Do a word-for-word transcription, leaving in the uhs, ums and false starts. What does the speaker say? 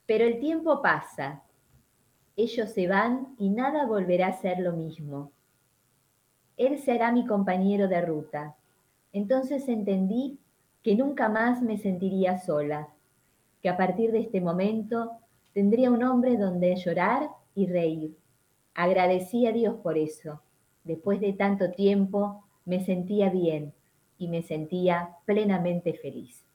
Pero el tiempo pasa, ellos se van y nada volverá a ser lo mismo. Él será mi compañero de ruta. Entonces entendí que nunca más me sentiría sola, que a partir de este momento tendría un hombre donde llorar y reír. Agradecí a Dios por eso. Después de tanto tiempo me sentía bien y me sentía plenamente feliz.